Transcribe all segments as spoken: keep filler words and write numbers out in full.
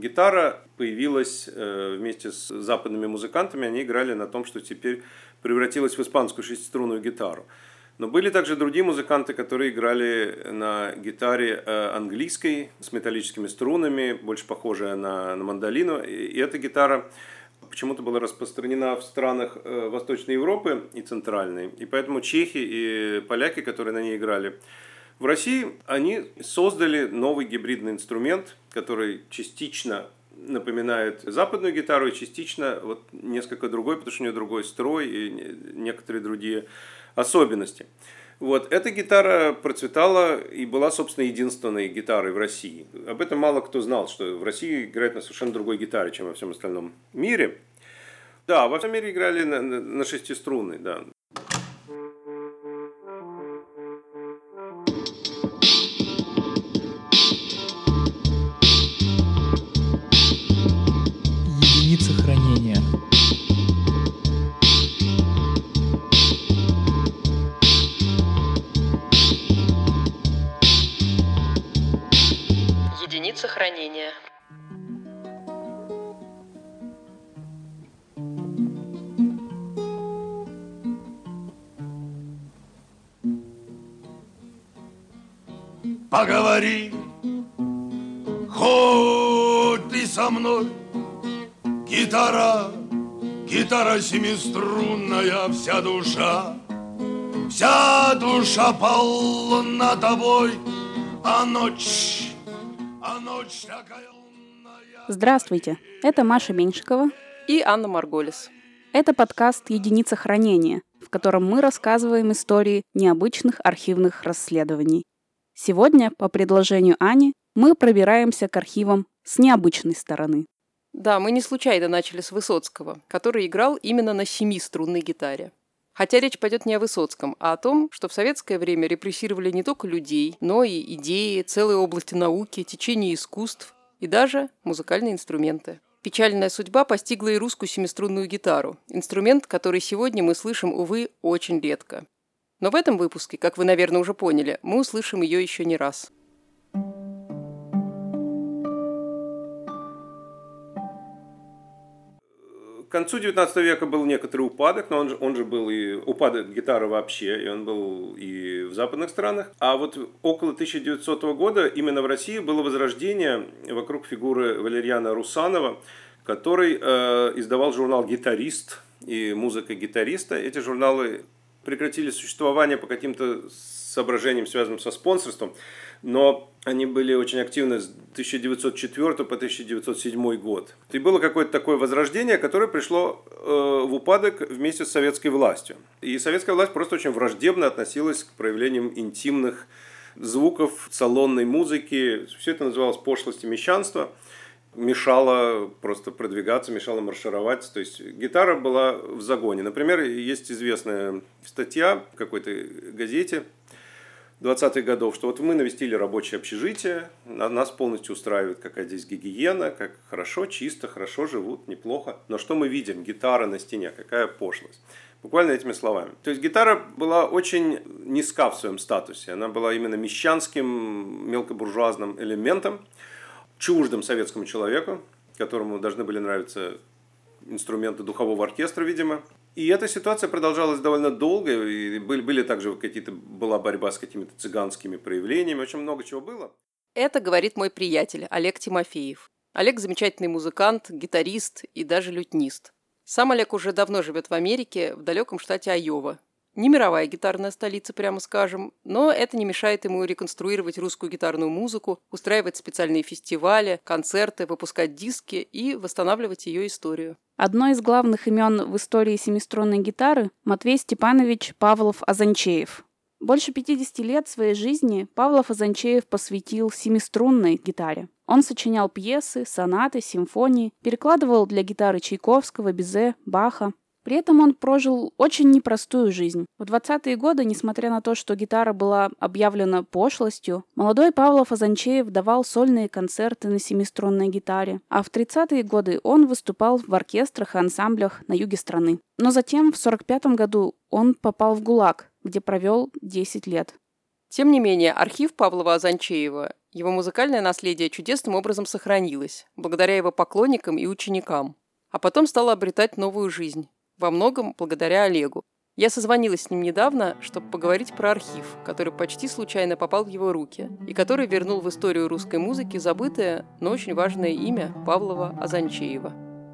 гитара появилась э, вместе с западными музыкантами, они играли на том, что теперь превратилась в испанскую шестиструнную гитару. Но были также другие музыканты, которые играли на гитаре английской с металлическими струнами, больше похожая на, на мандолину. И эта гитара почему-то была распространена в странах Восточной Европы и Центральной. И поэтому чехи и поляки, которые на ней играли в России, они создали новый гибридный инструмент, который частично напоминает западную гитару и частично вот несколько другой, потому что у нее другой строй и некоторые другие особенности. Вот. Эта гитара процветала и была, собственно, единственной гитарой в России. Об этом мало кто знал, что в России играют на совершенно другой гитаре, чем во всем остальном мире. Да, во всем мире играли на, на, на шестиструнной, да. Единица хранения. Единица хранения. Поговори, хоть ты со мной, гитара, гитара семиструнная, вся душа, вся душа полна тобой, а ночь, а ночь такая лунная. Здравствуйте, это Маша Меньшикова и Анна Марголис. Это подкаст «Единица хранения», в котором мы рассказываем истории необычных архивных расследований. Сегодня, по предложению Ани, мы пробираемся к архивам с необычной стороны. Да, мы не случайно начали с Высоцкого, который играл именно на семиструнной гитаре. Хотя речь пойдет не о Высоцком, а о том, что в советское время репрессировали не только людей, но и идеи, целые области науки, течения искусств и даже музыкальные инструменты. Печальная судьба постигла и русскую семиструнную гитару, инструмент, который сегодня мы слышим, увы, очень редко. Но в этом выпуске, как вы, наверное, уже поняли, мы услышим ее еще не раз. К концу девятнадцатого века был некоторый упадок, но он же, он же был и упадок гитары вообще, и он был и в западных странах. А вот около тысяча девятисотого года именно в России было возрождение вокруг фигуры Валерьяна Русанова, который э, издавал журнал «Гитарист» и «Музыка гитариста». Эти журналы прекратили существование по каким-то соображениям, связанным со спонсорством, но они были очень активны с тысяча девятьсот четвёртого по тысяча девятьсот седьмой год. И было какое-то такое возрождение, которое пришло э, в упадок вместе с советской властью. И советская власть просто очень враждебно относилась к проявлениям интимных звуков, салонной музыки. Все это называлось пошлость и мещанство. Мешало просто продвигаться, мешало маршировать. То есть гитара была в загоне. Например, есть известная статья в какой-то газете двадцатых годов, что вот мы навестили рабочее общежитие, нас полностью устраивает, какая здесь гигиена, как хорошо, чисто, хорошо живут, неплохо. Но что мы видим? Гитара на стене, какая пошлость. Буквально этими словами. То есть гитара была очень низка в своем статусе. Она была именно мещанским, мелкобуржуазным элементом, чуждым советскому человеку, которому должны были нравиться инструменты духового оркестра, видимо. И эта ситуация продолжалась довольно долго, и были, были также какие-то, была борьба с какими-то цыганскими проявлениями, очень много чего было. Это говорит мой приятель Олег Тимофеев. Олег замечательный музыкант, гитарист и даже лютнист. Сам Олег уже давно живет в Америке, в далеком штате Айова. Не мировая гитарная столица, прямо скажем, но это не мешает ему реконструировать русскую гитарную музыку, устраивать специальные фестивали, концерты, выпускать диски и восстанавливать ее историю. Одно из главных имен в истории семиструнной гитары – Матвей Степанович Павлов-Азанчеев. Больше пятидесяти лет своей жизни Павлов-Азанчеев посвятил семиструнной гитаре. Он сочинял пьесы, сонаты, симфонии, перекладывал для гитары Чайковского, Бизе, Баха. При этом он прожил очень непростую жизнь. В двадцатые годы, несмотря на то, что гитара была объявлена пошлостью, молодой Павлов-Азанчеев давал сольные концерты на семиструнной гитаре, а в тридцатые годы он выступал в оркестрах и ансамблях на юге страны. Но затем, в сорок пятом году, он попал в ГУЛАГ, где провел десять лет. Тем не менее, архив Павлова-Азанчеева Его музыкальное наследие чудесным образом сохранилось, благодаря его поклонникам и ученикам. А потом стало обретать новую жизнь. Во многом благодаря Олегу. Я созвонилась с ним недавно, чтобы поговорить про архив, который почти случайно попал в его руки, и который вернул в историю русской музыки забытое, но очень важное имя Павлова Азанчеева.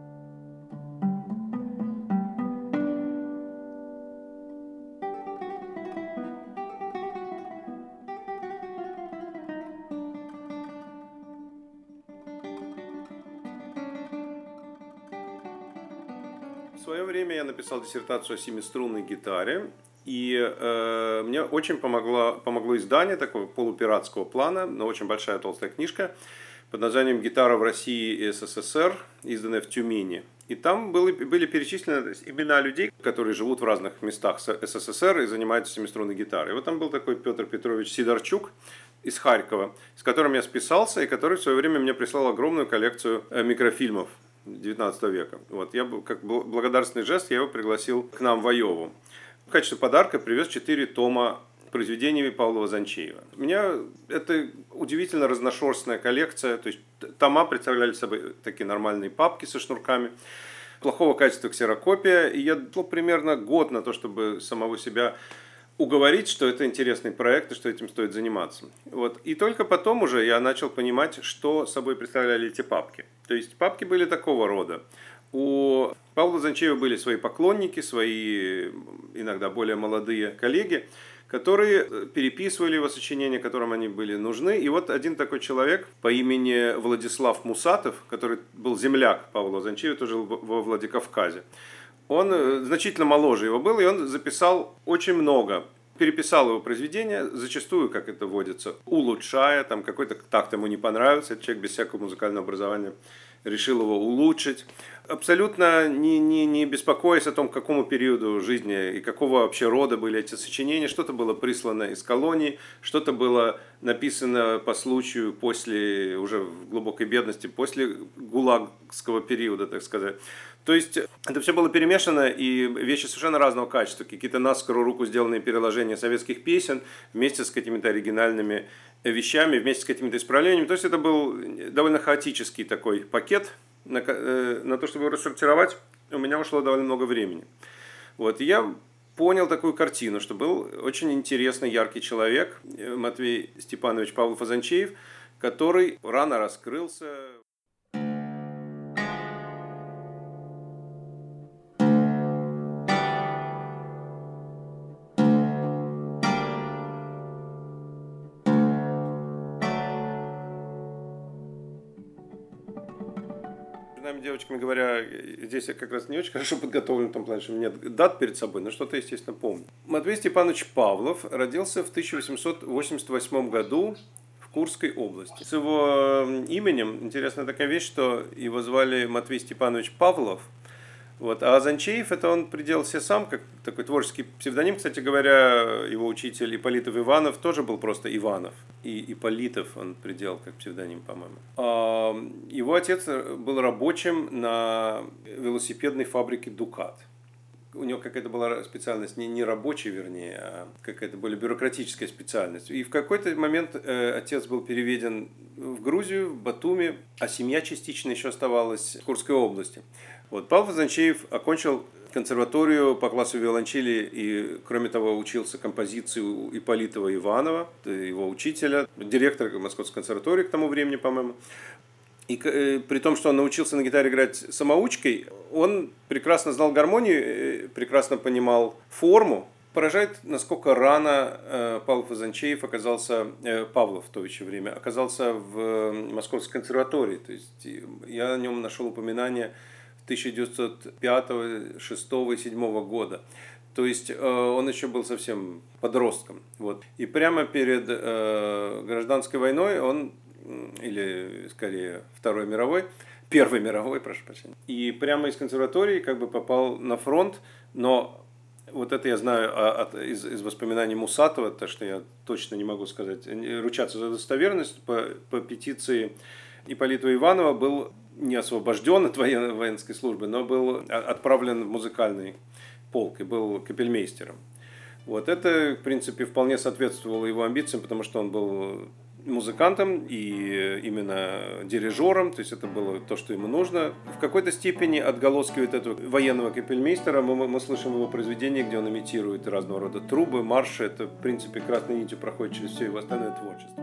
В свое время я написал диссертацию о семиструнной гитаре, и э, мне очень помогло, помогло издание такого полупиратского плана, но очень большая толстая книжка под названием «Гитара в России и СССР», изданная в Тюмени. И там были, были перечислены имена людей, которые живут в разных местах СССР и занимаются семиструнной гитарой. И вот там был такой Петр Петрович Сидорчук из Харькова, с которым я списался, и который в свое время мне прислал огромную коллекцию микрофильмов девятнадцатого века. Вот, я, как благодарственный жест, я его пригласил к нам в Айову. В качестве подарка привез четыре тома произведений Павлова Азанчеева. У меня это удивительно разношерстная коллекция. То есть тома представляли собой такие нормальные папки со шнурками, плохого качества ксерокопия. И я дал примерно год на то, чтобы самого себя уговорить, что это интересный проект и что этим стоит заниматься. Вот. И только потом уже я начал понимать, что собой представляли эти папки. То есть папки были такого рода. У Павла Азанчеева были свои поклонники, свои иногда более молодые коллеги, которые переписывали его сочинения, которым они были нужны. И вот один такой человек по имени Владислав Мусатов, который был земляк Павла Азанчеева, тоже жил во Владикавказе. Он значительно моложе его был, и он записал очень много, переписал его произведения, зачастую, как это водится, улучшая, там какой-то такт ему не понравился, этот человек без всякого музыкального образования решил его улучшить, абсолютно не, не, не беспокоясь о том, к какому периоду жизни и какого вообще рода были эти сочинения. Что-то было прислано из колонии, что-то было написано по случаю после, уже в глубокой бедности, после гулагского периода, так сказать. То есть это все было перемешано, и вещи совершенно разного качества. Какие-то на скорую руку сделанные переложения советских песен вместе с какими-то оригинальными вещами, вместе с какими-то исправлениями. То есть это был довольно хаотический такой пакет. На, на то, чтобы его рассортировать, у меня ушло довольно много времени. Вот, и я понял такую картину, что был очень интересный, яркий человек, Матвей Степанович Павлов Азанчеев, который рано раскрылся. Девочками говоря, здесь я как раз не очень хорошо подготовлен в том плане, что у меня нет дат перед собой, но что-то, естественно, помню. Матвей Степанович Павлов родился в тысяча восемьсот восемьдесят восьмом году в Курской области. С его именем интересная такая вещь, что его звали Матвей Степанович Павлов. Вот. А Азанчеев, это он приделал себе сам, как такой творческий псевдоним. Кстати говоря, его учитель Ипполитов Иванов тоже был просто Иванов. И Ипполитов он приделал как псевдоним, по-моему. А его отец был рабочим на велосипедной фабрике «Дукат». У него какая-то была специальность, не, не рабочая, вернее, а какая-то более бюрократическая специальность. И в какой-то момент э, отец был переведен в Грузию, в Батуми, а семья частично еще оставалась в Курской области. Вот. Павел Азанчеев окончил консерваторию по классу виолончели и, кроме того, учился композиции у Ипполитова Иванова, его учителя, директора Московской консерватории к тому времени, по-моему. И э, при том, что он научился на гитаре играть самоучкой, он прекрасно знал гармонию, э, прекрасно понимал форму. Поражает, насколько рано э, Павлов Азанчеев оказался, э, Павлов в то еще время, оказался в э, Московской консерватории. То есть я о нем нашел упоминание тысяча девятьсот пятого, шестого и седьмого года. То есть э, он еще был совсем подростком. Вот. И прямо перед э, гражданской войной он, или скорее Второй мировой, Первой мировой, прошу прощения, и прямо из консерватории как бы попал на фронт, но вот это я знаю от, из, из воспоминаний Мусатова, то, что я точно не могу сказать, ручаться за достоверность, по, по петиции Ипполитова Иванова был не освобожден от военно- воинской службы, но был отправлен в музыкальный полк и был капельмейстером. Вот это, в принципе, вполне соответствовало его амбициям, потому что он был музыкантом и именно дирижером, то есть это было то, что ему нужно. В какой-то степени отголоски вот этого военного капельмейстера мы, мы слышим в его произведении, где он имитирует разного рода трубы, марши. Это, в принципе, красной нитью проходит через все его остальное творчество.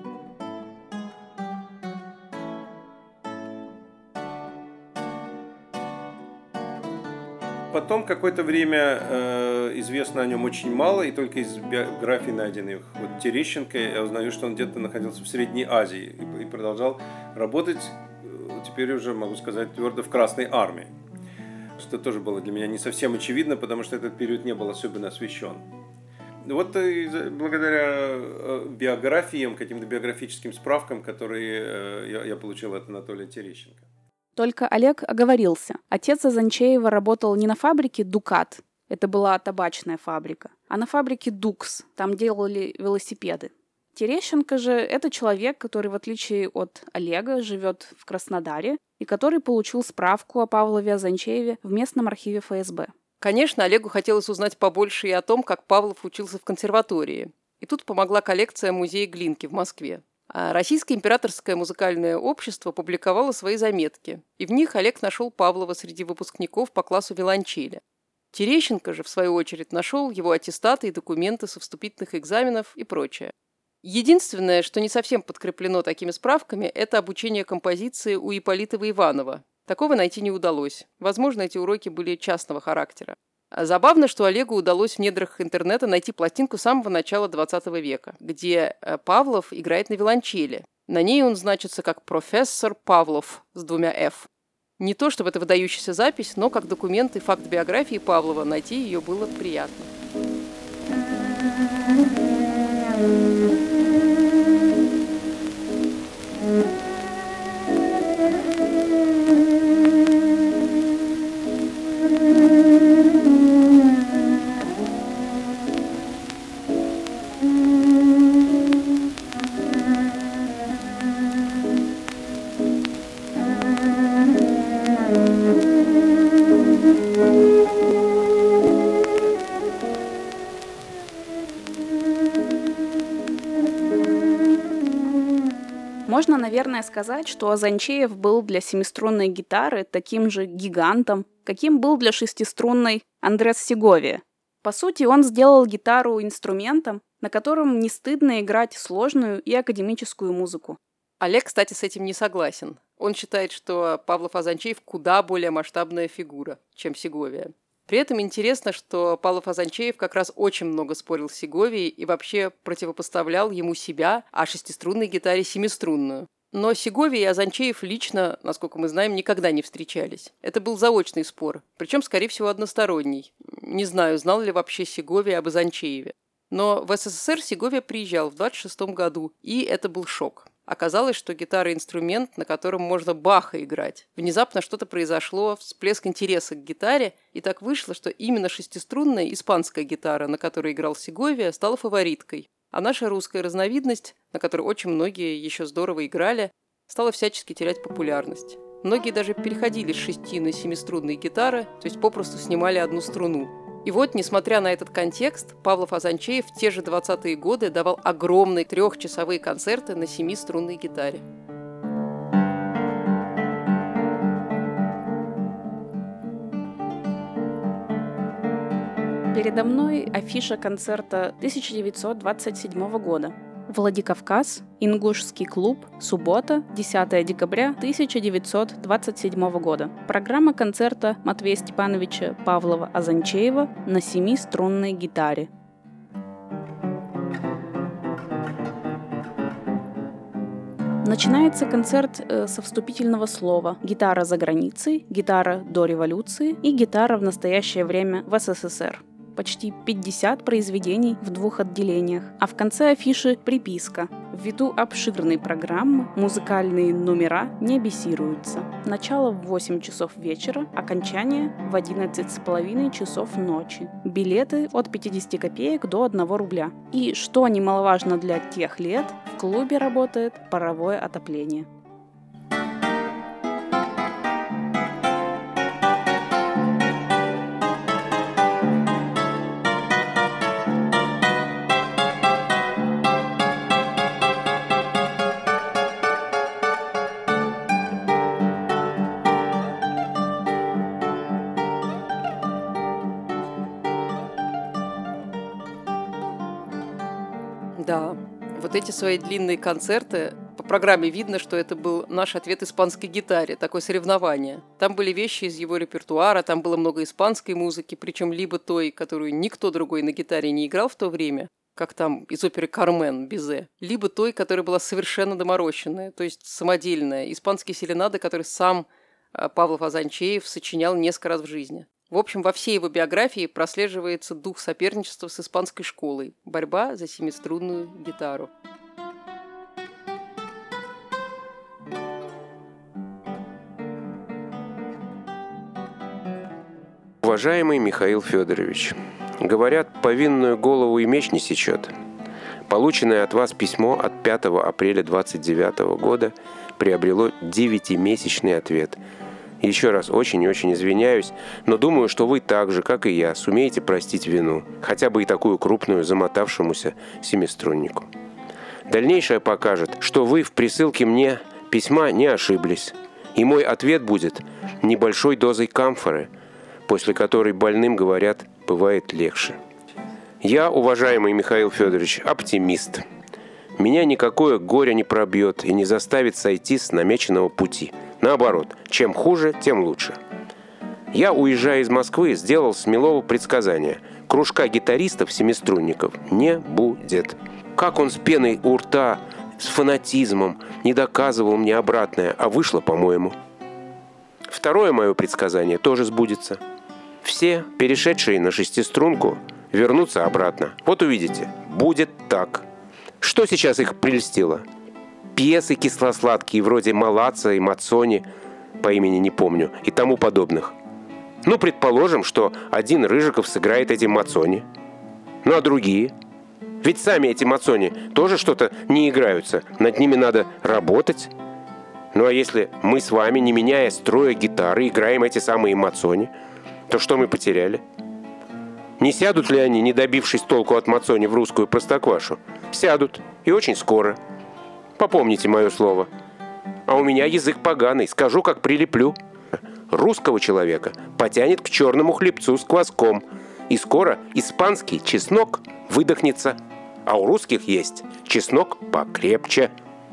Потом какое-то время э, известно о нем очень мало, и только из биографий найденных. Вот Терещенко, я узнаю, что он где-то находился в Средней Азии и, и продолжал работать, теперь уже могу сказать, твердо в Красной Армии. Что тоже было для меня не совсем очевидно, потому что этот период не был особенно освещен. Вот и благодаря биографиям, каким-то биографическим справкам, которые я, я получил от Анатолия Терещенко. Только Олег оговорился. Отец Азанчеева работал не на фабрике «Дукат», это была табачная фабрика, а на фабрике «Дукс», там делали велосипеды. Терещенко же – это человек, который, в отличие от Олега, живет в Краснодаре и который получил справку о Павлове Азанчееве в местном архиве эф эс бэ. Конечно, Олегу хотелось узнать побольше и о том, как Павлов учился в консерватории. И тут помогла коллекция музея Глинки в Москве. А Российское императорское музыкальное общество публиковало свои заметки, и в них Олег нашел Павлова среди выпускников по классу виолончели. Терещенко же, в свою очередь, нашел его аттестаты и документы со вступительных экзаменов и прочее. Единственное, что не совсем подкреплено такими справками, это обучение композиции у Ипполитова Иванова. Такого найти не удалось. Возможно, эти уроки были частного характера. Забавно, что Олегу удалось в недрах интернета найти пластинку самого начала двадцатого века, где Павлов играет на виолончели. На ней он значится как «профессор Павлов» с двумя «ф». Не то чтобы это выдающаяся запись, но как документ и факт биографии Павлова найти ее было приятно. Можно, наверное, сказать, что Азанчеев был для семиструнной гитары таким же гигантом, каким был для шестиструнной Андрес Сеговия. По сути, он сделал гитару инструментом, на котором не стыдно играть сложную и академическую музыку. Олег, кстати, с этим не согласен. Он считает, что Павлов Азанчеев куда более масштабная фигура, чем Сеговия. При этом интересно, что Павлов Азанчеев как раз очень много спорил с Сеговией и вообще противопоставлял ему себя, а шестиструнной гитаре семиструнную. Но Сеговия и Азанчеев лично, насколько мы знаем, никогда не встречались. Это был заочный спор, причем, скорее всего, односторонний. Не знаю, знал ли вообще Сеговия об Азанчееве. Но в эс эс эс эр Сеговия приезжал в двадцать шестом году, и это был шок. Оказалось, что гитара – инструмент, на котором можно Баха играть. Внезапно что-то произошло, всплеск интереса к гитаре, и так вышло, что именно шестиструнная испанская гитара, на которой играл Сеговия, стала фавориткой. А наша русская разновидность, на которой очень многие еще здорово играли, стала всячески терять популярность. Многие даже переходили с шести на семиструнные гитары, то есть попросту снимали одну струну. И вот, несмотря на этот контекст, Павлов Азанчеев в те же двадцатые годы давал огромные трехчасовые концерты на семиструнной гитаре. Передо мной афиша концерта тысяча девятьсот двадцать седьмого года. Владикавказ, Ингушский клуб, суббота, десятого декабря тысяча девятьсот двадцать седьмого года. Программа концерта Матвея Степановича Павлова Азанчеева на семиструнной гитаре. Начинается концерт э, со вступительного слова «Гитара за границей», «Гитара до революции» и «Гитара в настоящее время в эс эс эс эр». Почти пятьдесят произведений в двух отделениях, а в конце афиши приписка. Ввиду обширной программы музыкальные номера не бисируются. Начало в восемь часов вечера, окончание в одиннадцать с половиной часов ночи. Билеты от пятьдесят копеек до одного рубля. И, что немаловажно для тех лет, в клубе работает паровое отопление. Да, вот эти свои длинные концерты, по программе видно, что это был наш ответ испанской гитаре, такое соревнование. Там были вещи из его репертуара, там было много испанской музыки, причем либо той, которую никто другой на гитаре не играл в то время, как там из оперы «Кармен» Бизе, либо той, которая была совершенно доморощенная, то есть самодельная, испанские серенады, которые сам Павлов Азанчеев сочинял несколько раз в жизни. В общем, во всей его биографии прослеживается дух соперничества с испанской школой, борьба за семиструнную гитару. Уважаемый Михаил Федорович, говорят, повинную голову и меч не сечет. Полученное от вас письмо от пятого апреля двадцать девятого года приобрело девятимесячный ответ. Еще раз очень и очень извиняюсь, но думаю, что вы так же, как и я, сумеете простить вину, хотя бы и такую крупную замотавшемуся семиструннику. Дальнейшее покажет, что вы в присылке мне письма не ошиблись, и мой ответ будет небольшой дозой камфоры, после которой больным, говорят, бывает легче. Я, уважаемый Михаил Федорович, оптимист. Меня никакое горе не пробьет и не заставит сойти с намеченного пути. Наоборот, чем хуже, тем лучше. Я, уезжая из Москвы, сделал смелого предсказания. Кружка гитаристов-семиструнников не будет. Как он с пеной у рта, с фанатизмом, не доказывал мне обратное, а вышло, по-моему. Второе мое предсказание тоже сбудется. Все, перешедшие на шестиструнку, вернутся обратно. Вот увидите, будет так. Что сейчас их прельстило? Пьесы кисло-сладкие, вроде «Малаца» и «Мацони», по имени не помню, и тому подобных. Ну, предположим, что один Рыжиков сыграет эти «Мацони». Ну, а другие? Ведь сами эти «Мацони» тоже что-то не играются, над ними надо работать. Ну, а если мы с вами, не меняя строя гитары, играем эти самые «Мацони», то что мы потеряли? Не сядут ли они, не добившись толку от Мацони, в русскую простоквашу? Сядут, и очень скоро. Попомните мое слово. А у меня язык поганый, скажу, как прилеплю. Русского человека потянет к черному хлебцу с кваском, и скоро испанский чеснок выдохнется, а у русских есть чеснок покрепче.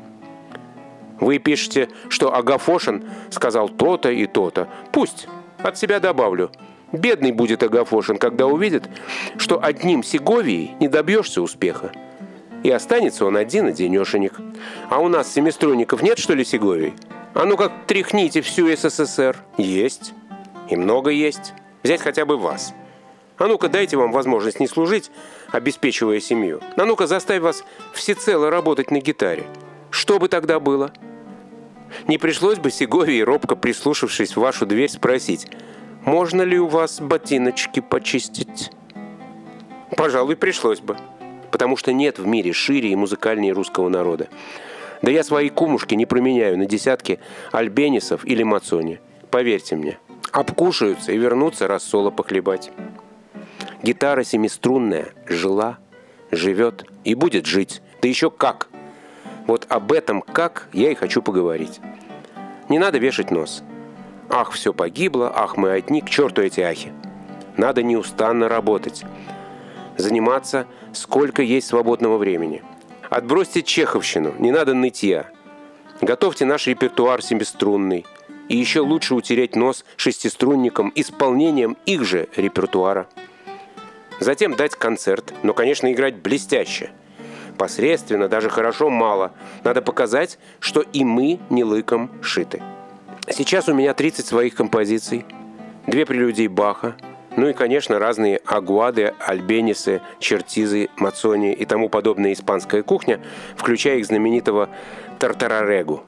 Вы пишете, что Агафошин сказал то-то и то-то. Пусть, от себя добавлю. Бедный будет Агафошин, когда увидит, что одним Сеговией не добьешься успеха. И останется он один-одинешенек. А у нас семиструнников нет, что ли, Сеговий? А ну как тряхните всю СССР. Есть. И много есть. Взять хотя бы вас. А ну-ка дайте вам возможность не служить, обеспечивая семью. А ну-ка заставь вас всецело работать на гитаре. Что бы тогда было? Не пришлось бы Сеговии, робко прислушавшись в вашу дверь, спросить: «Можно ли у вас ботиночки почистить?» Пожалуй, пришлось бы. Потому что нет в мире шире и музыкальнее русского народа. Да я свои кумушки не променяю на десятки альбенисов или мацони. Поверьте мне. Обкушаются и вернутся рассола похлебать. Гитара семиструнная жила, живет и будет жить. Да еще как. Вот об этом как я и хочу поговорить. Не надо вешать нос. Ах, все погибло, ах, мы одни, к черту эти ахи. Надо неустанно работать. Заниматься, сколько есть свободного времени. Отбросьте чеховщину, не надо нытья. Готовьте наш репертуар семиструнный. И еще лучше утереть нос шестиструнникам исполнением их же репертуара. Затем дать концерт, но, конечно, играть блестяще. Посредственно, даже хорошо мало. Надо показать, что и мы не лыком шиты. Сейчас у меня тридцать своих композиций, две прелюдии Баха, ну и, конечно, разные агуады, альбенисы, чертизы, мацони и тому подобная испанская кухня, включая их знаменитого тартарарегу.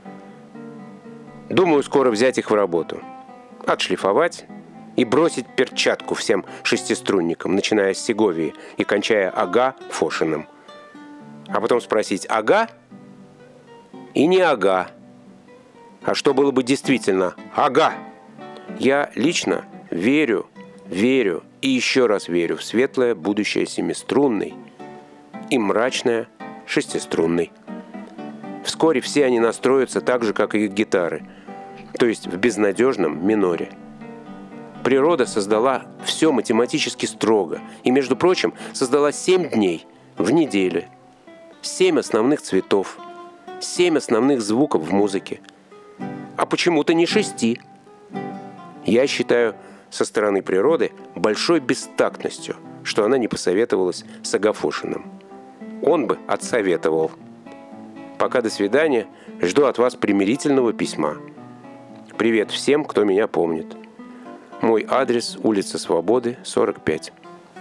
Думаю, скоро взять их в работу, отшлифовать и бросить перчатку всем шестиструнникам, начиная с Сеговии и кончая Ага-Фошиным. А потом спросить: ага? И не ага. А что было бы действительно ага? Я лично верю, верю и еще раз верю в светлое будущее семиструнной и мрачное шестиструнной. Вскоре все они настроятся так же, как и их гитары, то есть в безнадежном миноре. Природа создала все математически строго и, между прочим, создала семь дней в неделе семь основных цветов, семь основных звуков в музыке. А почему-то не шести. Я считаю со стороны природы большой бестактностью, что она не посоветовалась с Агафошиным. Он бы отсоветовал. Пока до свидания. Жду от вас примирительного письма. Привет всем, кто меня помнит. Мой адрес – улица Свободы, сорок пять.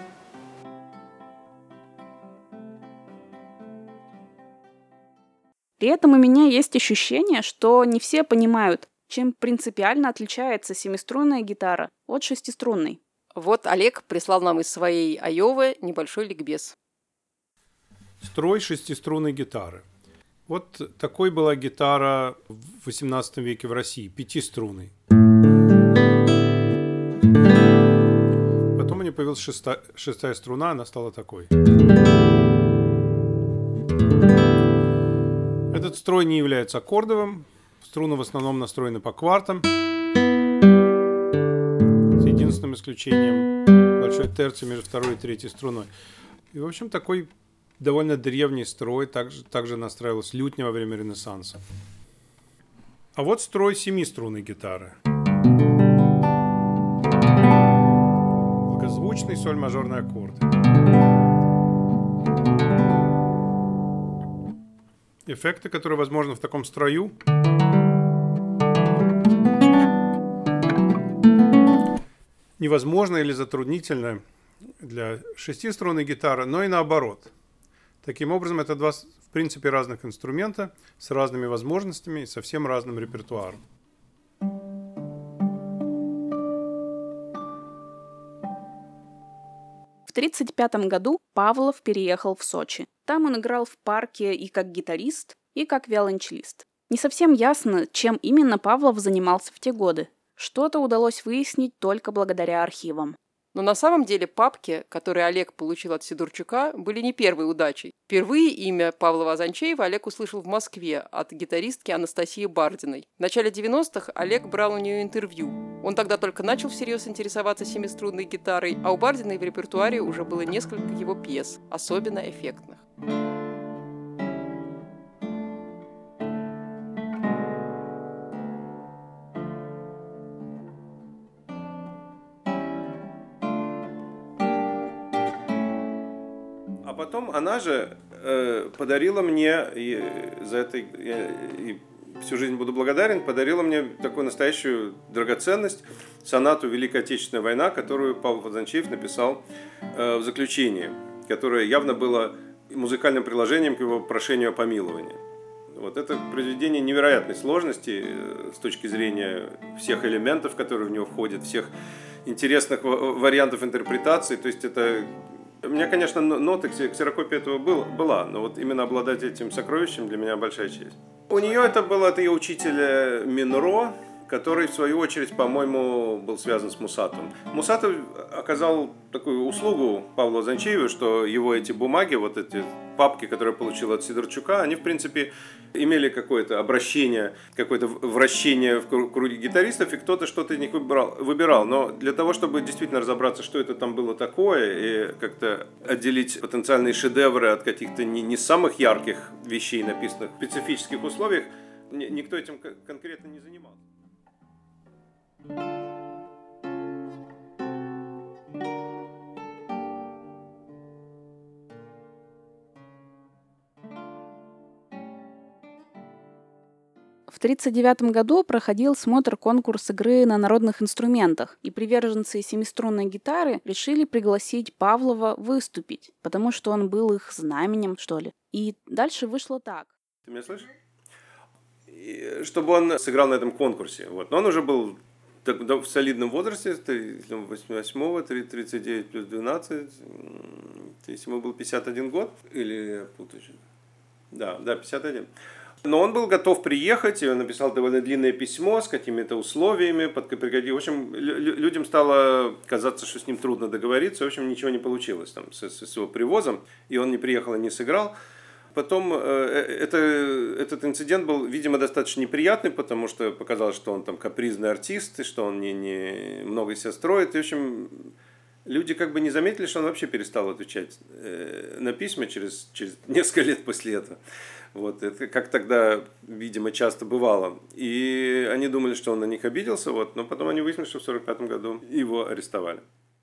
При этом у меня есть ощущение, что не все понимают, чем принципиально отличается семиструнная гитара от шестиструнной. Вот Олег прислал нам из своей Айовы небольшой ликбез. Строй шестиструнной гитары. Вот такой была гитара в восемнадцатом веке в России, пятиструнной. Потом у нее появилась шеста, шестая струна, она стала такой. Этот строй не является аккордовым. Струны в основном настроены по квартам. С единственным исключением большой терции между второй и третьей струной. И, в общем, такой довольно древний строй. Также, также настраивалась лютня во время Ренессанса. А вот строй семиструнной гитары. Благозвучный соль-мажорный аккорд. Эффекты, которые возможны в таком строю. Невозможно или затруднительно для шестиструнной гитары, но и наоборот. Таким образом, это два, в принципе, разных инструмента с разными возможностями и совсем разным репертуаром. В тысяча девятьсот тридцать пятом году Павлов переехал в Сочи. Там он играл в парке и как гитарист, и как виолончелист. Не совсем ясно, чем именно Павлов занимался в те годы. Что-то удалось выяснить только благодаря архивам. Но на самом деле папки, которые Олег получил от Сидорчука, были не первой удачей. Впервые имя Павла Азанчеева Олег услышал в Москве от гитаристки Анастасии Бардиной. В начале девяностых Олег брал у нее интервью. Он тогда только начал всерьез интересоваться семиструнной гитарой, а у Бардиной в репертуаре уже было несколько его пьес, особенно эффектных. А потом она же э, подарила мне, и за это я и всю жизнь буду благодарен, подарила мне такую настоящую драгоценность, сонату «Великая Отечественная война», которую Павел Азанчеев написал э, в заключении, которое явно было музыкальным приложением к его прошению о помиловании. Вот это произведение невероятной сложности э, с точки зрения всех элементов, которые в него входят, всех интересных вариантов интерпретации. То есть это... У меня, конечно, нота, ксерокопия этого был, была, но вот именно обладать этим сокровищем для меня большая честь. У нее это был от ее учителя Минро, который, в свою очередь, по-моему, был связан с Мусатом. Мусатов оказал такую услугу Павлу Азанчееву, что его эти бумаги, вот эти папки, которые я получил от Сидорчука, они, в принципе, имели какое-то обращение, какое-то вращение в круге гитаристов, и кто-то что-то из них выбирал, выбирал. Но для того, чтобы действительно разобраться, что это там было такое, и как-то отделить потенциальные шедевры от каких-то не, не самых ярких вещей, написанных в специфических условиях, никто этим конкретно не занимался. В тысяча девятьсот тридцать девятом году проходил смотр-конкурс игры на народных инструментах, и приверженцы семиструнной гитары решили пригласить Павлова выступить, потому что он был их знаменем, что ли. И дальше вышло так. Ты меня слышишь? И чтобы он сыграл на этом конкурсе. Вот. Но он уже был в солидном возрасте, восьмого, тридцать девять плюс двенадцать, если ему был пятьдесят один год, или я путаю. Да, да, пятьдесят один. Но он был готов приехать, и он написал довольно длинное письмо с какими-то условиями. Под... В общем, людям стало казаться, что с ним трудно договориться. В общем, ничего не получилось там с, с его привозом, и он не приехал и не сыграл. Потом э, это, этот инцидент был, видимо, достаточно неприятный, потому что показалось, что он там капризный артист, и что он не, не много из себя строит. И, в общем, люди как бы не заметили, что он вообще перестал отвечать э, на письма через, через несколько лет после этого. Вот, это как тогда, видимо, часто бывало. И они думали, что он на них обиделся, вот, но потом они выяснили, что в сорок пятом году его арестовали.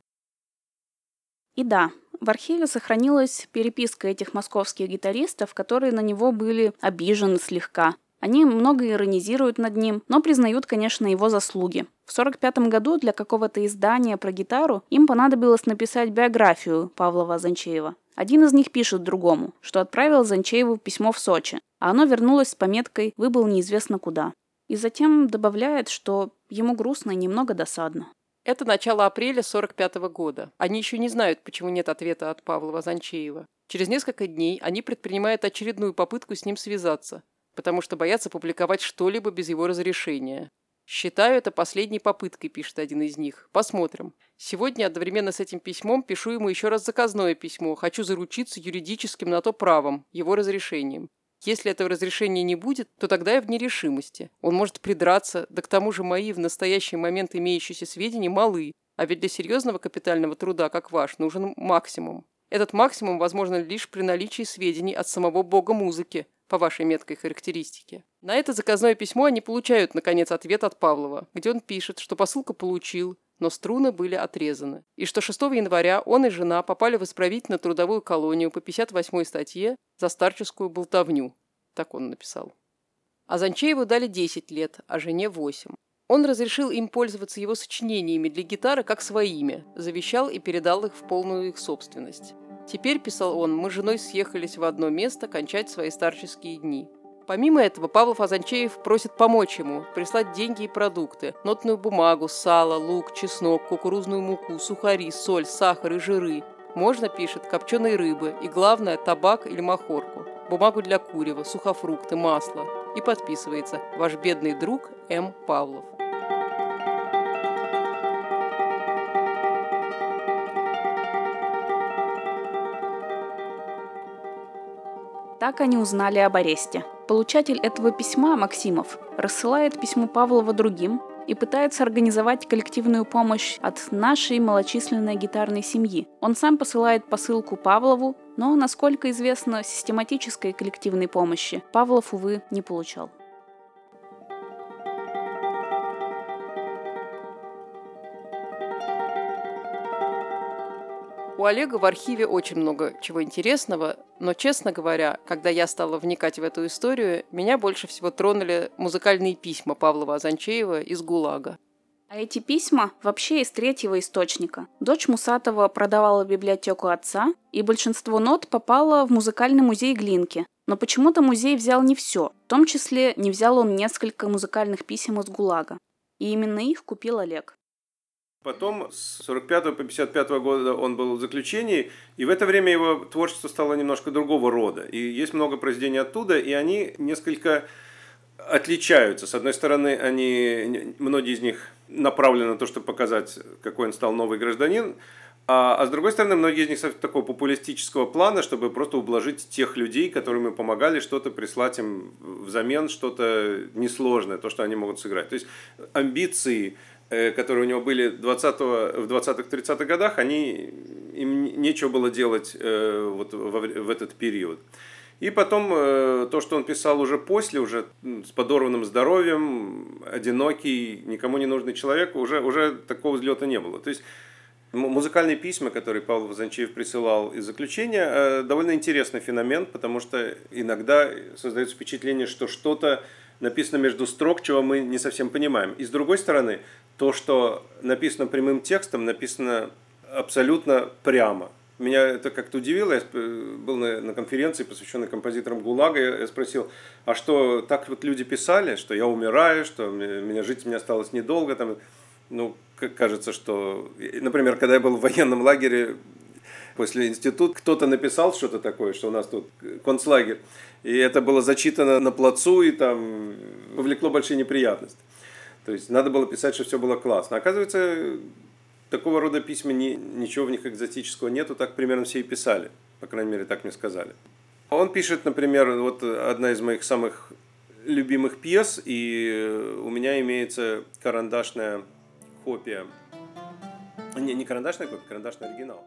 И да, в архиве сохранилась переписка этих московских гитаристов, которые на него были обижены слегка. Они много иронизируют над ним, но признают, конечно, его заслуги. В сорок пятом году для какого-то издания про гитару им понадобилось написать биографию Павла Азанчеева. Один из них пишет другому, что отправил Азанчееву письмо в Сочи, а оно вернулось с пометкой «Выбыл неизвестно куда». И затем добавляет, что ему грустно и немного досадно. Это начало апреля сорок пятого года. Они еще не знают, почему нет ответа от Павла Азанчеева. Через несколько дней они предпринимают очередную попытку с ним связаться, потому что боятся публиковать что-либо без его разрешения. «Считаю это последней попыткой», – пишет один из них. «Посмотрим. Сегодня одновременно с этим письмом пишу ему еще раз заказное письмо. Хочу заручиться юридическим на то правом, его разрешением. Если этого разрешения не будет, то тогда я в нерешимости. Он может придраться, да к тому же мои в настоящий момент имеющиеся сведения малы, а ведь для серьезного капитального труда, как ваш, нужен максимум. Этот максимум возможен лишь при наличии сведений от самого бога музыки, по вашей меткой характеристике». На это заказное письмо они получают, наконец, ответ от Павлова, где он пишет, что посылку получил, но струны были отрезаны, и что шестого января он и жена попали в исправительно-трудовую колонию по пятьдесят восьмой статье за старческую болтовню. Так он написал. Азанчееву дали десять лет, а жене восемь. Он разрешил им пользоваться его сочинениями для гитары как своими, завещал и передал их в полную их собственность. «Теперь, — писал он, — мы с женой съехались в одно место кончать свои старческие дни». Помимо этого, Павлов Азанчеев просит помочь ему, прислать деньги и продукты, нотную бумагу, сало, лук, чеснок, кукурузную муку, сухари, соль, сахар и жиры. Можно, пишет, копченой рыбы и, главное, табак или махорку, бумагу для курева, сухофрукты, масло. И подписывается «Ваш бедный друг М. Павлов». Так они узнали об аресте. Получатель этого письма, Максимов, рассылает письмо Павлова другим и пытается организовать коллективную помощь от нашей малочисленной гитарной семьи. Он сам посылает посылку Павлову, но, насколько известно, систематической коллективной помощи Павлов, увы, не получал. У Олега в архиве очень много чего интересного, но, честно говоря, когда я стала вникать в эту историю, меня больше всего тронули музыкальные письма Павла Азанчеева из ГУЛАГа. А эти письма вообще из третьего источника. Дочь Мусатова продавала библиотеку отца, и большинство нот попало в музыкальный музей Глинки. Но почему-то музей взял не все, в том числе не взял он несколько музыкальных писем из ГУЛАГа. И именно их купил Олег. Потом с сорок пятого по пятьдесят пятый года он был в заключении, и в это время его творчество стало немножко другого рода. И есть много произведений оттуда, и они несколько отличаются. С одной стороны, они, многие из них направлены на то, чтобы показать, какой он стал новый гражданин, а, а с другой стороны, многие из них такого популистического плана, чтобы просто ублажить тех людей, которым мы помогали, что-то прислать им взамен, что-то несложное, то, что они могут сыграть. То есть амбиции, которые у него были в двадцатых-тридцатых годах, они, им нечего было делать э, вот в, в этот период. И потом э, то, что он писал уже после, уже с подорванным здоровьем, одинокий, никому не нужный человек, уже, уже такого взлета не было. То есть музыкальные письма, которые Павел Азанчеев присылал из заключения, э, довольно интересный феномен, потому что иногда создается впечатление, что что-то написано между строк, чего мы не совсем понимаем. И с другой стороны, то, что написано прямым текстом, написано абсолютно прямо. Меня это как-то удивило. Я был на, на конференции, посвященной композиторам ГУЛАГа. Я, я спросил, а что так вот люди писали, что я умираю, что мне, меня жить мне осталось недолго. Там, ну, кажется, что... Например, когда я был в военном лагере после института, кто-то написал что-то такое, что у нас тут концлагерь. И это было зачитано на плацу, и там повлекло большие неприятности. То есть надо было писать, что все было классно. Оказывается, такого рода письма, ни, ничего в них экзотического нету, так примерно все и писали. По крайней мере, так мне сказали. Он пишет, например, вот одна из моих самых любимых пьес, и у меня имеется карандашная копия Не, не карандашная копия, карандашный оригинал.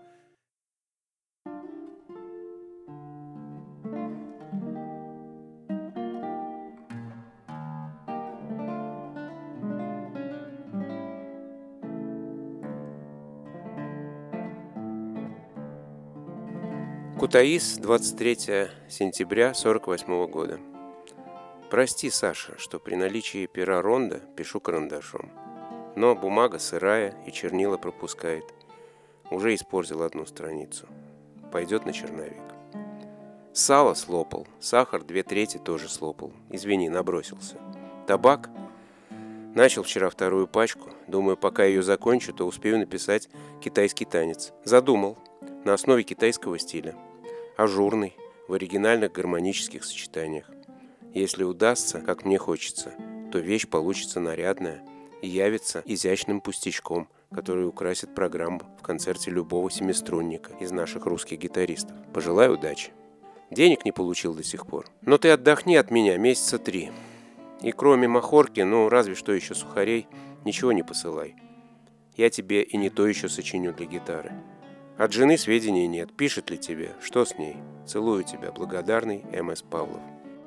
Кутаис, двадцать третьего сентября сорок восьмого года. Прости, Саша, что при наличии пера ронда пишу карандашом. Но бумага сырая и чернила пропускает. Уже испортил одну страницу. Пойдет на черновик. Сало слопал, сахар две трети тоже слопал. Извини, набросился. Табак. Начал вчера вторую пачку. Думаю, пока ее закончу, то успею написать китайский танец. Задумал. На основе китайского стиля. Ажурный, в оригинальных гармонических сочетаниях. Если удастся, как мне хочется, то вещь получится нарядная и явится изящным пустячком, который украсит программу в концерте любого семиструнника из наших русских гитаристов. Пожелаю удачи. Денег не получил до сих пор. Но ты отдохни от меня месяца три. И кроме махорки, ну разве что еще сухарей, ничего не посылай. Я тебе и не то еще сочиню для гитары. От жены сведений нет. Пишет ли тебе? Что с ней? Целую тебя. Благодарный М С Павлов.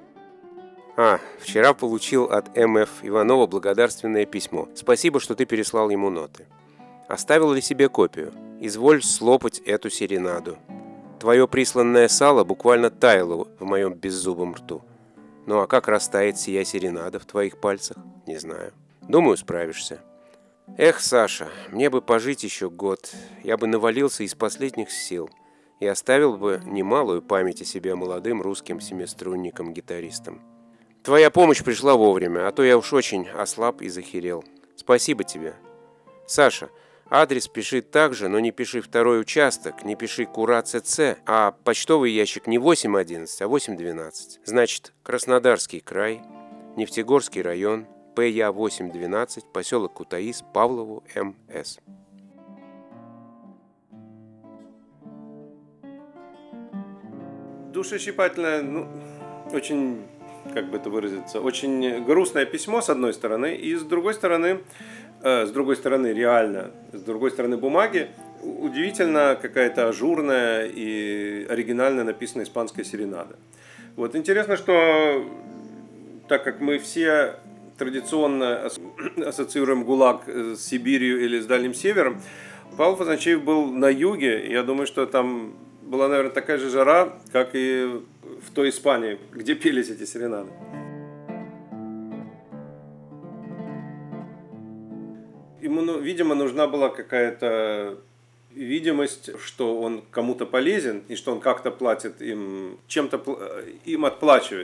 А, вчера получил от М Ф Иванова благодарственное письмо. Спасибо, что ты переслал ему ноты. Оставил ли себе копию? Изволь слопать эту серенаду. Твое присланное сало буквально таяло в моем беззубом рту. Ну а как растает сия серенада в твоих пальцах? Не знаю. Думаю, справишься. Эх, Саша, мне бы пожить еще год. Я бы навалился из последних сил и оставил бы немалую память о себе молодым русским семиструнникам-гитаристам. Твоя помощь пришла вовремя, а то я уж очень ослаб и захерел. Спасибо тебе. Саша, адрес пиши так же, но не пиши второй участок, не пиши Кура ЦЦ, а почтовый ящик не восемь одиннадцать, а восемь двенадцать. Значит, Краснодарский край, Нефтегорский район, П Я восемь двенадцать, поселок Кутаис, Павлову М С. Душещипательное, ну, очень, как бы это выразиться, очень грустное письмо, с одной стороны, и с другой стороны, э, с другой стороны, реально, с другой стороны бумаги, удивительно какая-то ажурная и оригинально написанная испанская серенада. Вот интересно, что так как мы все традиционно ассоциируем ГУЛАГ с Сибирью или с Дальним Севером, Павлов Азанчеев был на юге, и я думаю, что там была, наверное, такая же жара, как и в той Испании, где пелись эти серенады. Ему, ну, видимо, нужна была какая-то видимость, что он кому-то полезен, и что он как-то платит им, чем-то им отплачивает.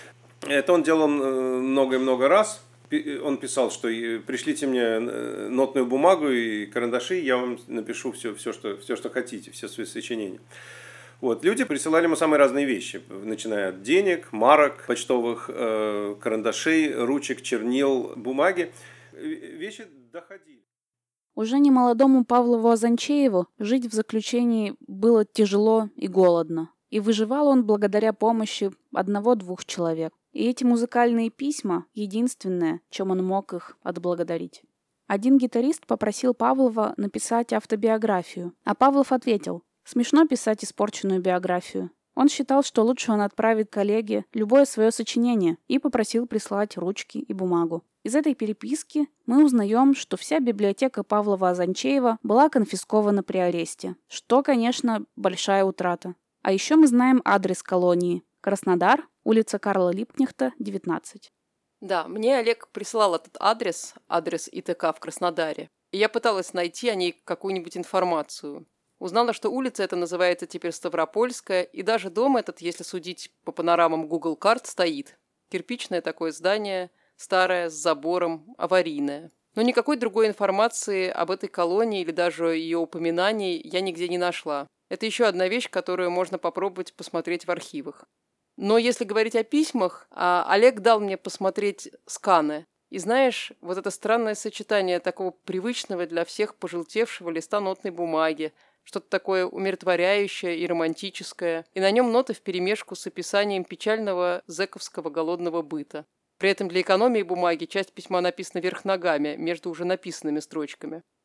Это он делал много и много раз. Он писал, что пришлите мне нотную бумагу и карандаши, я вам напишу все, все, что, все что хотите, все свои сочинения. Вот. Люди присылали ему самые разные вещи, начиная от денег, марок, почтовых э, карандашей, ручек, чернил, бумаги. Вещи доходили. Уже немолодому Павлову Азанчееву жить в заключении было тяжело и голодно. И выживал он благодаря помощи одного-двух человек. И эти музыкальные письма – единственное, чем он мог их отблагодарить. Один гитарист попросил Павлова написать автобиографию, а Павлов ответил: «Смешно писать испорченную биографию». Он считал, что лучше он отправит коллеге любое свое сочинение, и попросил прислать ручки и бумагу. Из этой переписки мы узнаем, что вся библиотека Павлова Азанчеева была конфискована при аресте, что, конечно, большая утрата. А еще мы знаем адрес колонии – Краснодар, улица Карла Липкнехта, девятнадцать. Да, мне Олег прислал этот адрес, адрес И Т К в Краснодаре, и я пыталась найти о ней какую-нибудь информацию. Узнала, что улица эта называется теперь Ставропольская, и даже дом этот, если судить по панорамам Google карт, стоит. Кирпичное такое здание, старое, с забором, аварийное. Но никакой другой информации об этой колонии или даже ее упоминаний я нигде не нашла. Это еще одна вещь, которую можно попробовать посмотреть в архивах. Но если говорить о письмах, Олег дал мне посмотреть сканы. И знаешь, вот это странное сочетание такого привычного для всех пожелтевшего листа нотной бумаги, что-то такое умиротворяющее и романтическое, и на нем ноты вперемешку с описанием печального зэковского голодного быта. При этом для экономии бумаги часть письма написана вверх ногами, между уже написанными строчками.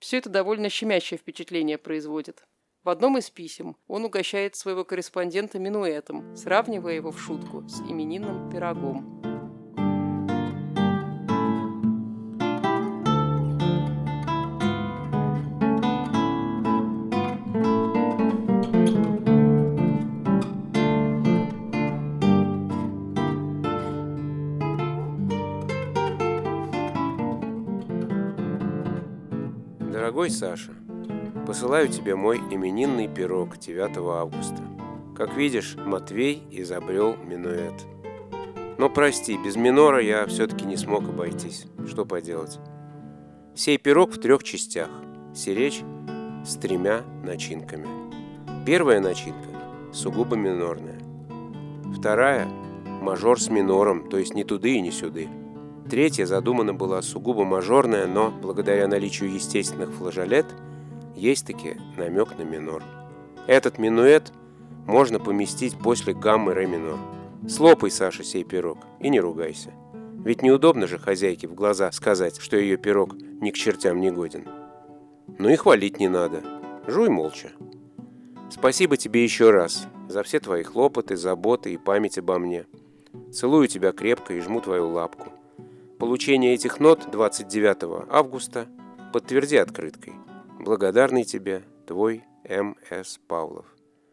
Все это довольно щемящее впечатление производит. В одном из писем он угощает своего корреспондента минуэтом, сравнивая его в шутку с именинным пирогом. Дорогой Саша, посылаю тебе мой именинный пирог девятого августа. Как видишь, Матвей изобрел минуэт. Но прости, без минора я все-таки не смог обойтись. Что поделать? Сей пирог в трех частях. Сиречь с тремя начинками. Первая начинка сугубо минорная. Вторая – мажор с минором, то есть ни туды и ни сюды. Третья задумана была сугубо мажорная, но благодаря наличию естественных флажолет есть таки намек на минор. Этот минуэт можно поместить после гаммы ре минор. Слопай, Саша, сей пирог и не ругайся. Ведь неудобно же хозяйке в глаза сказать, что ее пирог ни к чертям не годен. Ну и хвалить не надо. Жуй молча. Спасибо тебе еще раз за все твои хлопоты, заботы и память обо мне. Целую тебя крепко и жму твою лапку. Получение этих нот двадцать девятого августа подтверди открыткой. Благодарный тебе, твой М С Павлов.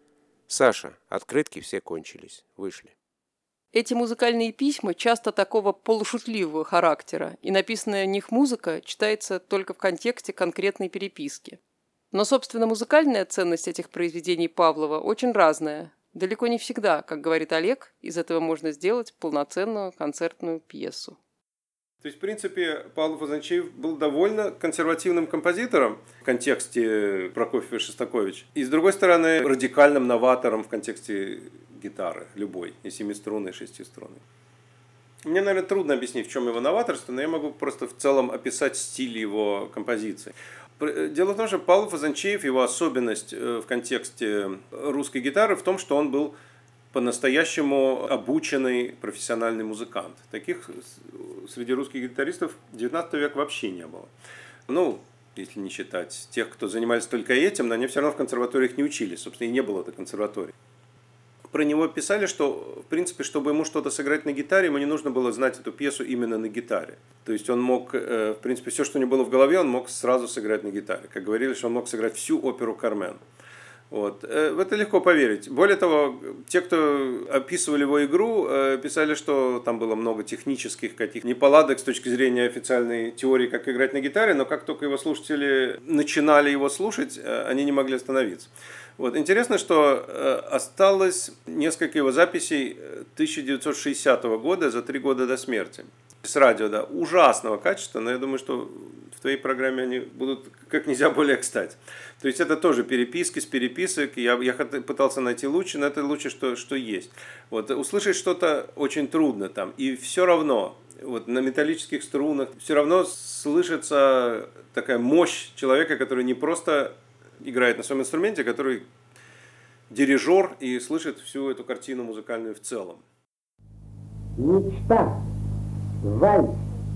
Саша, открытки все кончились, вышли. Эти музыкальные письма часто такого полушутливого характера, и написанная в них музыка читается только в контексте конкретной переписки. Но, собственно, музыкальная ценность этих произведений Павлова очень разная. Далеко не всегда, как говорит Олег, из этого можно сделать полноценную концертную пьесу. То есть, в принципе, Павлов Азанчеев был довольно консервативным композитором в контексте Прокофьева и Шостаковича. И, с другой стороны, радикальным новатором в контексте гитары, любой, и семиструнной, и шестиструнной. Мне, наверное, трудно объяснить, в чем его новаторство, но я могу просто в целом описать стиль его композиции. Дело в том, что Павлов Азанчеев, его особенность в контексте русской гитары в том, что он был по-настоящему обученный профессиональный музыкант. Таких среди русских гитаристов девятнадцатого века вообще не было. Ну, если не считать тех, кто занимались только этим, но они все равно в консерваториях не учились. Собственно, и не было этой консерватории. Про него писали, что, в принципе, чтобы ему что-то сыграть на гитаре, ему не нужно было знать эту пьесу именно на гитаре. То есть он мог, в принципе, все, что у него было в голове, он мог сразу сыграть на гитаре. Как говорили, что он мог сыграть всю оперу «Кармен». Вот. В это легко поверить. Более того, те, кто описывали его игру, писали, что там было много технических каких-то неполадок с точки зрения официальной теории, как играть на гитаре, но как только его слушатели начинали его слушать, они не могли остановиться. Вот. Интересно, что осталось несколько его записей тысяча девятьсот шестидесятого года, за три года до смерти. С радио, да, ужасного качества, но я думаю, что в твоей программе они будут как нельзя более кстати. То есть это тоже переписки с переписок. Я, я пытался найти лучше, но это лучше, что, что есть. Вот. Услышать что-то очень трудно там. И все равно вот, на металлических струнах все равно слышится такая мощь человека, который не просто играет на своем инструменте, а который дирижер и слышит всю эту картину музыкальную в целом. Мечта. Вальс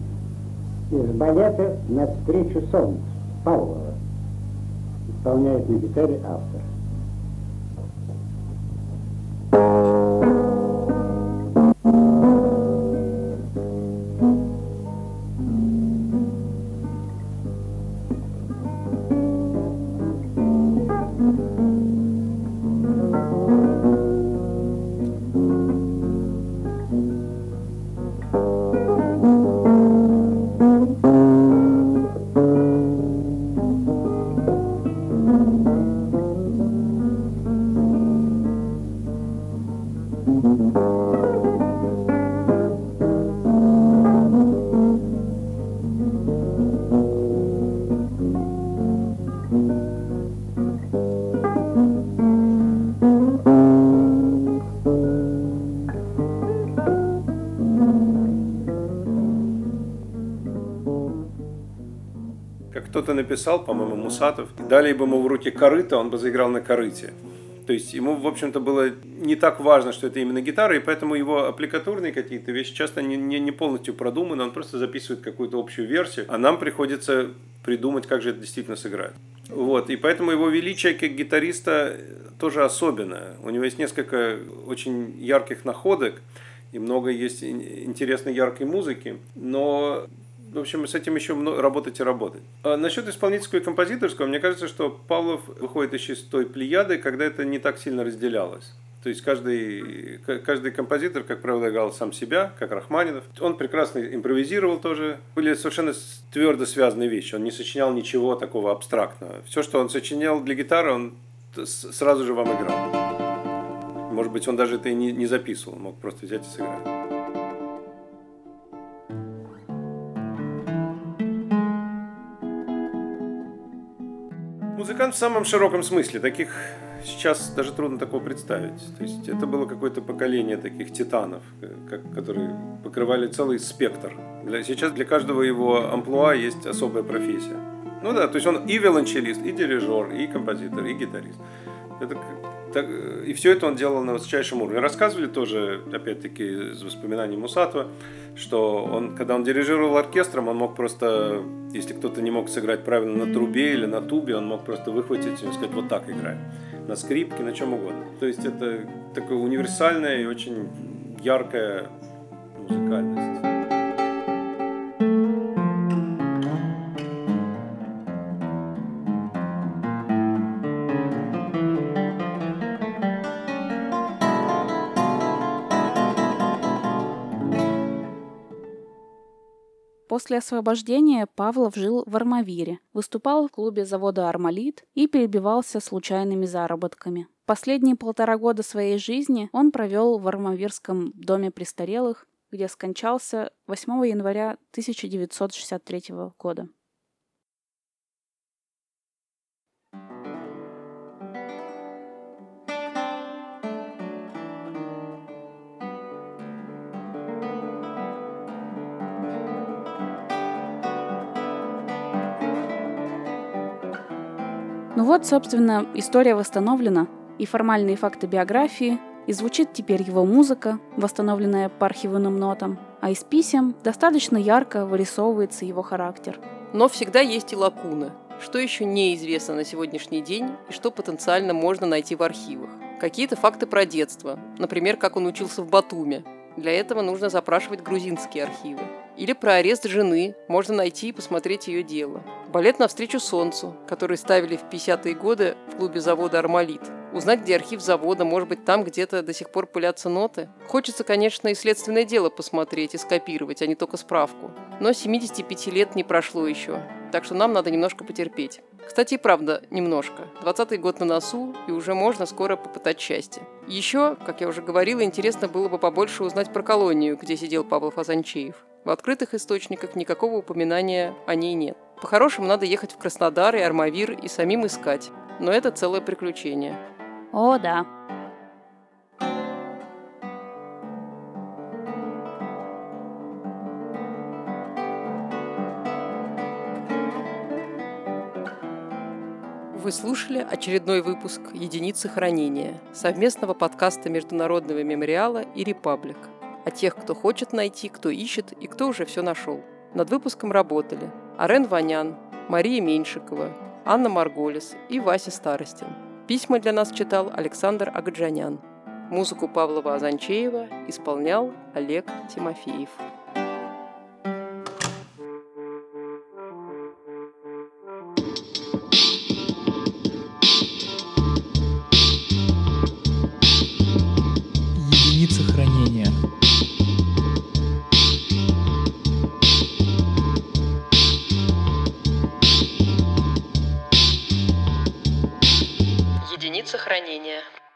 из балета «Навстречу солнцу» Павлова. Исполняет на гитаре автор. Кто-то написал, по-моему, Мусатов, дали бы ему в руки корыто, он бы заиграл на корыте. То есть ему, в общем-то, было не так важно, что это именно гитара, и поэтому его аппликатурные какие-то вещи часто не, не, не полностью продуманы, он просто записывает какую-то общую версию, а нам приходится придумать, как же это действительно сыграть. Вот, и поэтому его величие как гитариста тоже особенное. У него есть несколько очень ярких находок, и много есть интересной яркой музыки, но, в общем, с этим еще работать и работать. А насчет исполнительского и композиторского, мне кажется, что Павлов выходит еще из той плеяды, когда это не так сильно разделялось. То есть каждый, каждый композитор, как правило, играл сам себя, как Рахманинов. Он прекрасно импровизировал тоже. Были совершенно твердо связанные вещи. Он не сочинял ничего такого абстрактного. Все, что он сочинял для гитары, он сразу же вам играл. Может быть, он даже это и не, не записывал. Он мог просто взять и сыграть. Музыкант в самом широком смысле. Таких сейчас даже трудно такого представить. То есть это было какое-то поколение таких титанов, как, которые покрывали целый спектр. Для, сейчас для каждого его амплуа есть особая профессия. Ну да, то есть он и виолончелист, и дирижер, и композитор, и гитарист. Это, так, и все это он делал на высочайшем уровне. Рассказывали тоже, опять-таки, из воспоминаний Мусатова, что он, когда он дирижировал оркестром, он мог просто, если кто-то не мог сыграть правильно на трубе или на тубе, он мог просто выхватить и сказать: вот так играй. На скрипке, на чем угодно. То есть это такая универсальная и очень яркая музыкальность. После освобождения Павлов жил в Армавире, выступал в клубе завода «Армалит» и перебивался случайными заработками. Последние полтора года своей жизни он провел в Армавирском доме престарелых, где скончался восьмого января тысяча девятьсот шестьдесят третьего года. Ну вот, собственно, история восстановлена, и формальные факты биографии, и звучит теперь его музыка, восстановленная по архивным нотам, а из писем достаточно ярко вырисовывается его характер. Но всегда есть и лакуны. Что еще неизвестно на сегодняшний день и что потенциально можно найти в архивах. Какие-то факты про детство, например, как он учился в Батуми. Для этого нужно запрашивать грузинские архивы. Или про арест жены, можно найти и посмотреть ее дело. Балет «Навстречу солнцу», который ставили в пятидесятые годы в клубе завода «Армалит». Узнать, где архив завода, может быть, там где-то до сих пор пылятся ноты. Хочется, конечно, и следственное дело посмотреть и скопировать, а не только справку. Но семидесяти пяти лет не прошло еще, так что нам надо немножко потерпеть. Кстати, и правда, немножко. двадцатый год на носу, и уже можно скоро попытать счастье. Еще, как я уже говорила, интересно было бы побольше узнать про колонию, где сидел Павлов Азанчеев. В открытых источниках никакого упоминания о ней нет. По-хорошему, надо ехать в Краснодар и Армавир и самим искать. Но это целое приключение. О, да. Вы слушали очередной выпуск «Единицы хранения» совместного подкаста Международного мемориала и «Репаблик». О тех, кто хочет найти, кто ищет и кто уже все нашел. Над выпуском работали Арен Ванян, Мария Меньшикова, Анна Марголис и Вася Старостин. Письма для нас читал Александр Агаджанян. Музыку Павлова Азанчеева исполнял Олег Тимофеев. Единицы хранения. Единицы хранения.